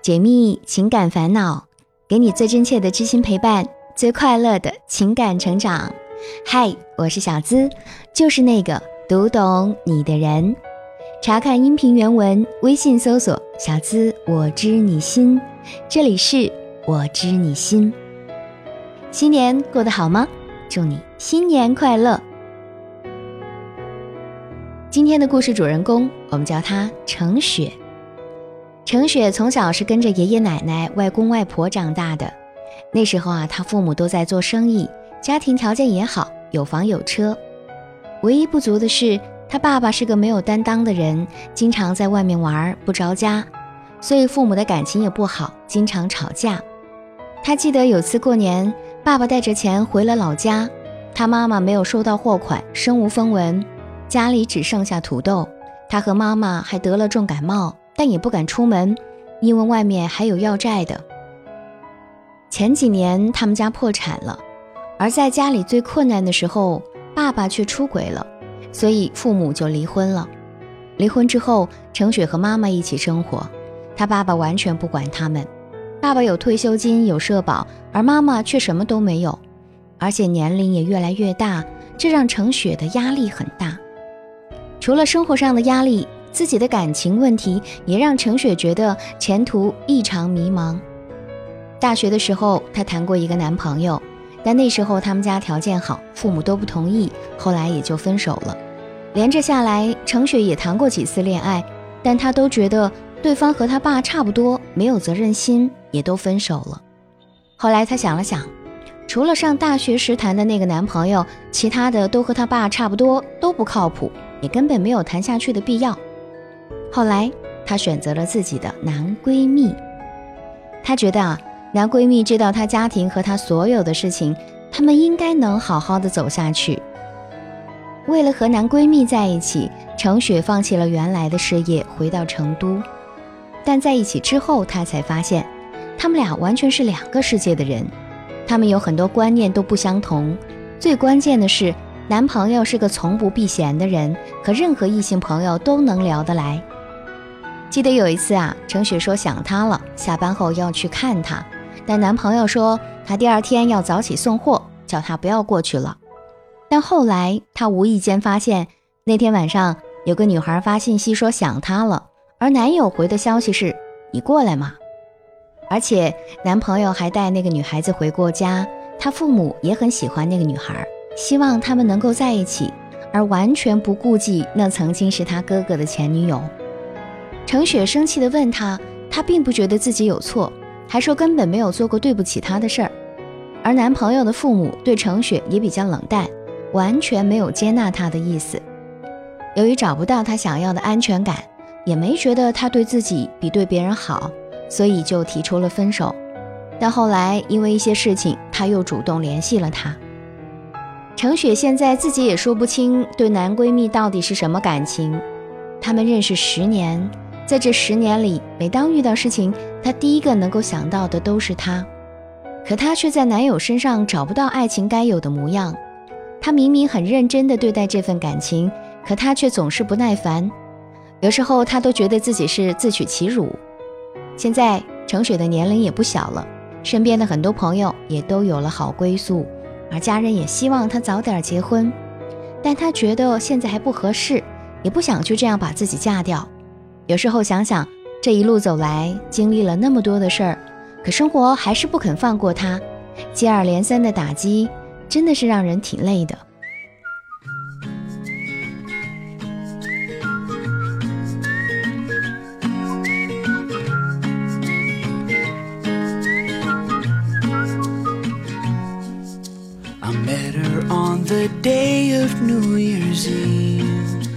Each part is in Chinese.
解密情感烦恼，给你最真切的知心陪伴，最快乐的情感成长。嗨，我是小资，就是那个读懂你的人。查看音频原文，微信搜索小资我知你心，这里是我知你心。新年过得好吗？祝你新年快乐。今天的故事主人公，我们叫他程雪。程雪从小是跟着爷爷奶奶、外公外婆长大的。那时候他父母都在做生意，家庭条件也好，有房有车。唯一不足的是，他爸爸是个没有担当的人，经常在外面玩，不着家，所以父母的感情也不好，经常吵架。他记得有次过年，爸爸带着钱回了老家，他妈妈没有收到货款，身无分文，家里只剩下土豆。他和妈妈还得了重感冒，但也不敢出门，因为外面还有要债的。前几年他们家破产了，而在家里最困难的时候，爸爸却出轨了，所以父母就离婚了。离婚之后，程雪和妈妈一起生活，他爸爸完全不管他们。爸爸有退休金，有社保，而妈妈却什么都没有，而且年龄也越来越大，这让程雪的压力很大。除了生活上的压力，自己的感情问题也让程雪觉得前途异常迷茫。大学的时候，她谈过一个男朋友，但那时候他们家条件好，父母都不同意，后来也就分手了。连着下来，程雪也谈过几次恋爱，但她都觉得对方和她爸差不多，没有责任心，也都分手了。后来她想了想，除了上大学时谈的那个男朋友，其他的都和她爸差不多，都不靠谱，也根本没有谈下去的必要。后来她选择了自己的男闺蜜。她觉得男闺蜜知道她家庭和她所有的事情，他们应该能好好的走下去。为了和男闺蜜在一起，程雪放弃了原来的事业，回到成都。但在一起之后，她才发现他们俩完全是两个世界的人，他们有很多观念都不相同。最关键的是，男朋友是个从不避嫌的人，和任何异性朋友都能聊得来。记得有一次程雪说想他了，下班后要去看他，但男朋友说他第二天要早起送货，叫他不要过去了。但后来他无意间发现，那天晚上有个女孩发信息说想他了，而男友回的消息是你过来吗？而且男朋友还带那个女孩子回过家，他父母也很喜欢那个女孩，希望他们能够在一起，而完全不顾忌那曾经是他哥哥的前女友。程雪生气地问他，他并不觉得自己有错，还说根本没有做过对不起他的事儿。而男朋友的父母对程雪也比较冷淡，完全没有接纳他的意思。由于找不到他想要的安全感，也没觉得他对自己比对别人好，所以就提出了分手。但后来因为一些事情，他又主动联系了他。程雪现在自己也说不清对男闺蜜到底是什么感情。他们认识10年，在这10年里，每当遇到事情，她第一个能够想到的都是他。可她却在男友身上找不到爱情该有的模样。她明明很认真地对待这份感情，可她却总是不耐烦。有时候她都觉得自己是自取其辱。现在程雪的年龄也不小了，身边的很多朋友也都有了好归宿，而家人也希望她早点结婚。但她觉得现在还不合适，也不想就这样把自己嫁掉。有时候想想，这一路走来，经历了那么多的事儿，可生活还是不肯放过他，接二连三的打击，真的是让人挺累的。 I met her on the day of New Year's Eve.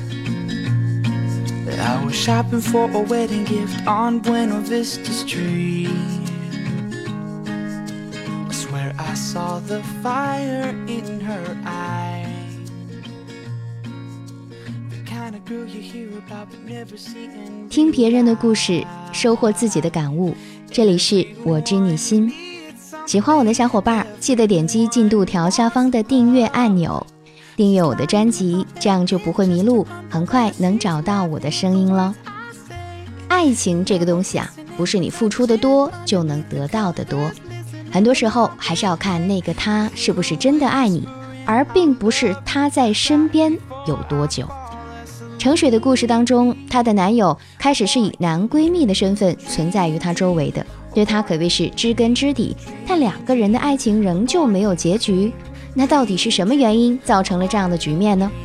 I was shopping for a wedding gift on Buena Vista Street. I swear I saw the fire in her eye. The kind of girl you hear about but never see in 听别人的故事，收获自己的感悟。这里是我知你心。喜欢我的小伙伴，记得点击进度条下方的订阅按钮，订阅我的专辑，这样就不会迷路，很快能找到我的声音了。爱情这个东西不是你付出的多就能得到的多，很多时候还是要看那个他是不是真的爱你，而并不是他在身边有多久。程雪的故事当中，她的男友开始是以男闺蜜的身份存在于她周围的，对她可谓是知根知底，但两个人的爱情仍旧没有结局。那到底是什么原因造成了这样的局面呢？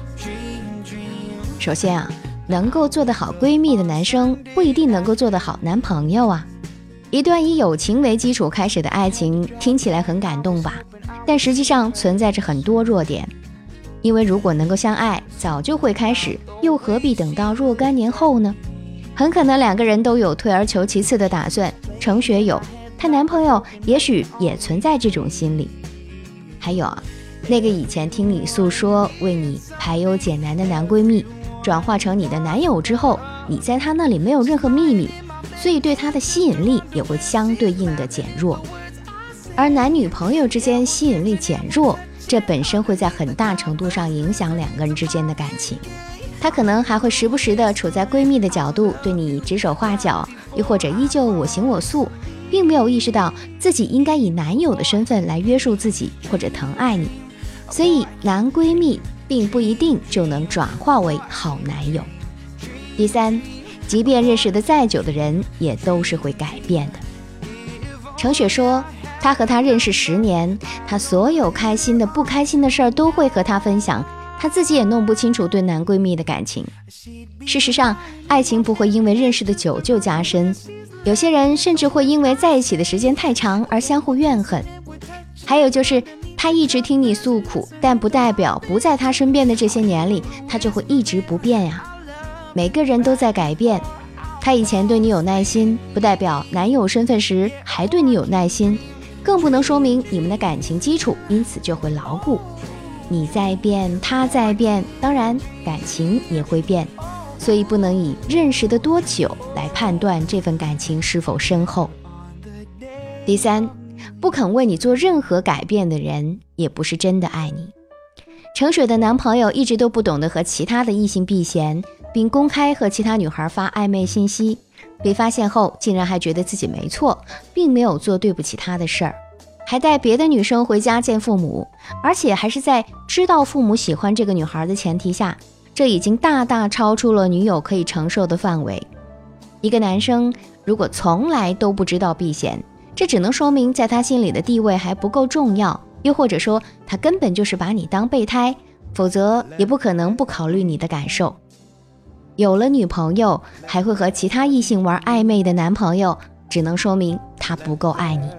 首先啊，能够做得好闺蜜的男生不一定能够做得好男朋友啊。一段以友情为基础开始的爱情听起来很感动吧，但实际上存在着很多弱点。因为如果能够相爱，早就会开始，又何必等到若干年后呢？很可能两个人都有退而求其次的打算，程雪有，她男朋友也许也存在这种心理。还有啊，那个以前听你诉说为你排忧解难的男闺蜜，转化成你的男友之后，你在他那里没有任何秘密，所以对他的吸引力也会相对应的减弱。而男女朋友之间吸引力减弱，这本身会在很大程度上影响两个人之间的感情。她可能还会时不时的处在闺蜜的角度对你指手画脚，又或者依旧我行我素，并没有意识到自己应该以男友的身份来约束自己或者疼爱你。所以男闺蜜并不一定就能转化为好男友。第三，即便认识的再久的人也都是会改变的。程雪说，她和他认识10年，她所有开心的不开心的事儿都会和他分享，她自己也弄不清楚对男闺蜜的感情。事实上，爱情不会因为认识的久就加深，有些人甚至会因为在一起的时间太长而相互怨恨。还有就是他一直听你诉苦，但不代表不在他身边的这些年里他就会一直不变呀。每个人都在改变，他以前对你有耐心，不代表男友身份时还对你有耐心，更不能说明你们的感情基础因此就会牢固。你在变，他在变，当然感情也会变，所以不能以认识的多久来判断这份感情是否深厚。第三，不肯为你做任何改变的人也不是真的爱你。程雪的男朋友一直都不懂得和其他的异性避嫌，并公开和其他女孩发暧昧信息，被发现后竟然还觉得自己没错，并没有做对不起他的事儿，还带别的女生回家见父母，而且还是在知道父母喜欢这个女孩的前提下，这已经大大超出了女友可以承受的范围。一个男生如果从来都不知道避嫌，这只能说明在他心里的地位还不够重要，又或者说他根本就是把你当备胎，否则也不可能不考虑你的感受。有了女朋友还会和其他异性玩暧昧的男朋友，只能说明他不够爱你。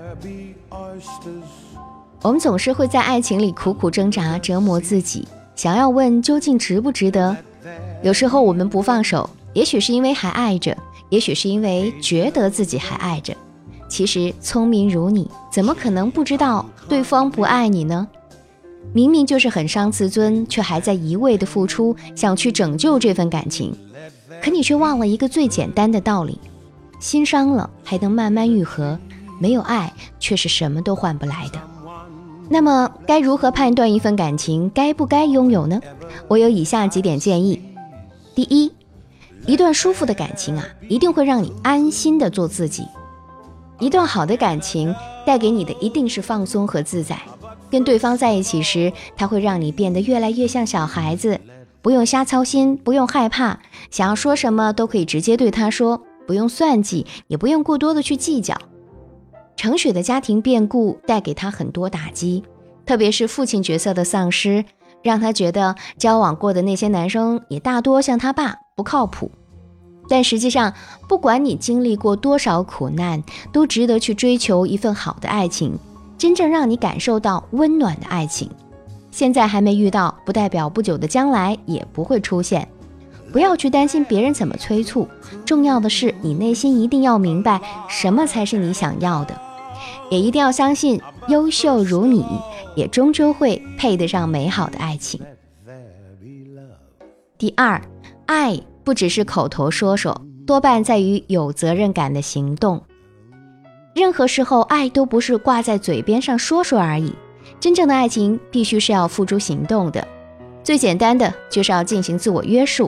我们总是会在爱情里苦苦挣扎，折磨自己，想要问究竟值不值得。有时候我们不放手，也许是因为还爱着，也许是因为觉得自己还爱着。其实聪明如你，怎么可能不知道对方不爱你呢？明明就是很伤自尊，却还在一味的付出，想去拯救这份感情，可你却忘了一个最简单的道理：心伤了还能慢慢愈合，没有爱却是什么都换不来的。那么该如何判断一份感情该不该拥有呢？我有以下几点建议。第一，一段舒服的感情啊，一定会让你安心的做自己。一段好的感情带给你的一定是放松和自在，跟对方在一起时，他会让你变得越来越像小孩子，不用瞎操心，不用害怕，想要说什么都可以直接对他说，不用算计，也不用过多的去计较。程雪的家庭变故带给他很多打击，特别是父亲角色的丧失，让他觉得交往过的那些男生也大多像他爸不靠谱。但实际上，不管你经历过多少苦难，都值得去追求一份好的爱情，真正让你感受到温暖的爱情。现在还没遇到，不代表不久的将来也不会出现。不要去担心别人怎么催促，重要的是你内心一定要明白什么才是你想要的，也一定要相信优秀如你，也终究会配得上美好的爱情。第二，爱不只是口头说说，多半在于有责任感的行动。任何时候，爱都不是挂在嘴边上说说而已，真正的爱情必须是要付诸行动的。最简单的就是要进行自我约束，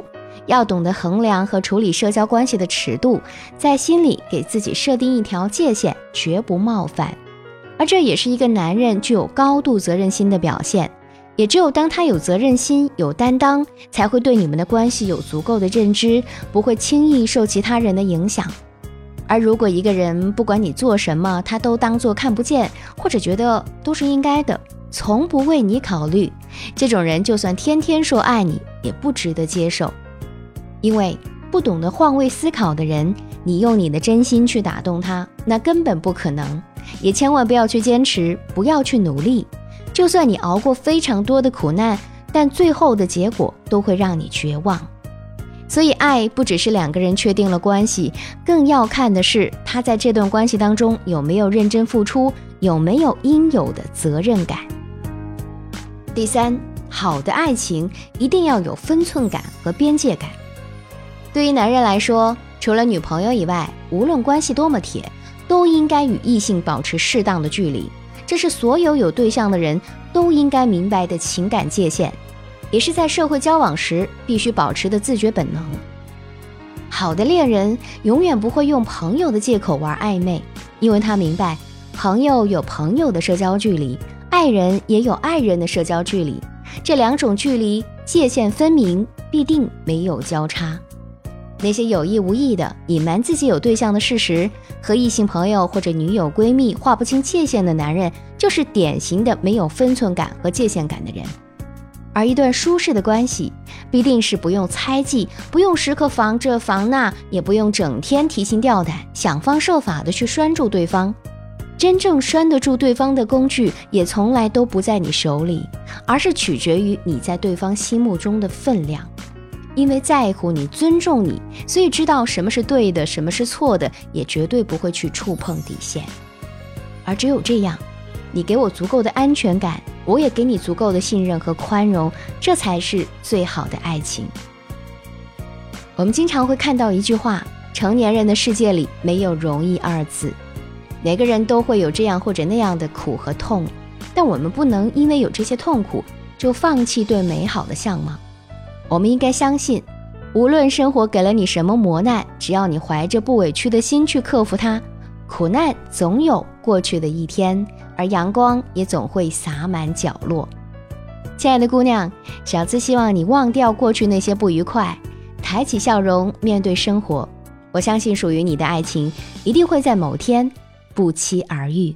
要懂得衡量和处理社交关系的尺度，在心里给自己设定一条界限，绝不冒犯。而这也是一个男人具有高度责任心的表现。也只有当他有责任心、有担当，才会对你们的关系有足够的认知，不会轻易受其他人的影响。而如果一个人不管你做什么，他都当作看不见，或者觉得都是应该的，从不为你考虑，这种人就算天天说爱你，也不值得接受。因为不懂得换位思考的人，你用你的真心去打动他，那根本不可能。也千万不要去坚持，不要去努力。就算你熬过非常多的苦难，但最后的结果都会让你绝望。所以爱不只是两个人确定了关系，更要看的是他在这段关系当中有没有认真付出，有没有应有的责任感。第三，好的爱情一定要有分寸感和边界感。对于男人来说，除了女朋友以外，无论关系多么铁，都应该与异性保持适当的距离，这是所有有对象的人都应该明白的情感界限，也是在社会交往时必须保持的自觉本能。好的恋人永远不会用朋友的借口玩暧昧，因为他明白朋友有朋友的社交距离，爱人也有爱人的社交距离，这两种距离界限分明，必定没有交叉。那些有意无意的隐瞒自己有对象的事实，和异性朋友或者女友闺蜜划不清界限的男人，就是典型的没有分寸感和界限感的人。而一段舒适的关系，必定是不用猜忌，不用时刻防这防那，也不用整天提心吊胆，想方设法的去拴住对方。真正拴得住对方的工具，也从来都不在你手里，而是取决于你在对方心目中的分量。因为在乎你、尊重你，所以知道什么是对的，什么是错的，也绝对不会去触碰底线。而只有这样，你给我足够的安全感，我也给你足够的信任和宽容，这才是最好的爱情。我们经常会看到一句话，成年人的世界里没有容易二字，每个人都会有这样或者那样的苦和痛，但我们不能因为有这些痛苦就放弃对美好的向往。我们应该相信，无论生活给了你什么磨难，只要你怀着不委屈的心去克服它，苦难总有过去的一天，而阳光也总会洒满角落。亲爱的姑娘，小资希望你忘掉过去那些不愉快，抬起笑容面对生活。我相信属于你的爱情一定会在某天不期而遇。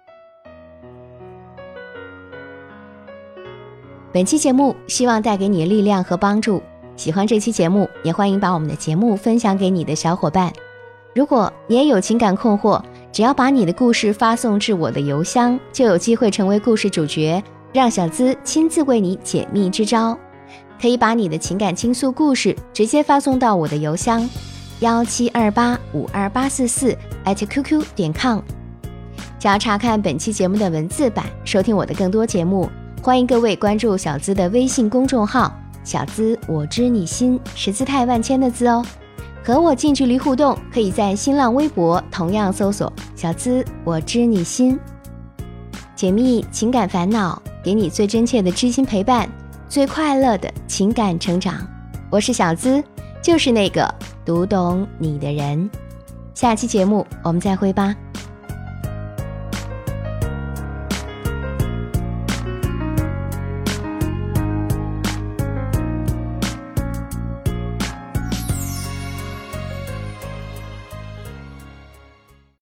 本期节目希望带给你力量和帮助，喜欢这期节目也欢迎把我们的节目分享给你的小伙伴。如果你也有情感困惑，只要把你的故事发送至我的邮箱，就有机会成为故事主角，让小资亲自为你解密支招。可以把你的情感倾诉故事直接发送到我的邮箱1728528844@qq.com。想要查看本期节目的文字版，收听我的更多节目，欢迎各位关注小资的微信公众号小资我知你心，10字太万千的字哦。和我近距离互动，可以在新浪微博同样搜索小资我知你心，解密情感烦恼，给你最真切的知心陪伴，最快乐的情感成长。我是小资，就是那个读懂你的人。下期节目我们再会吧。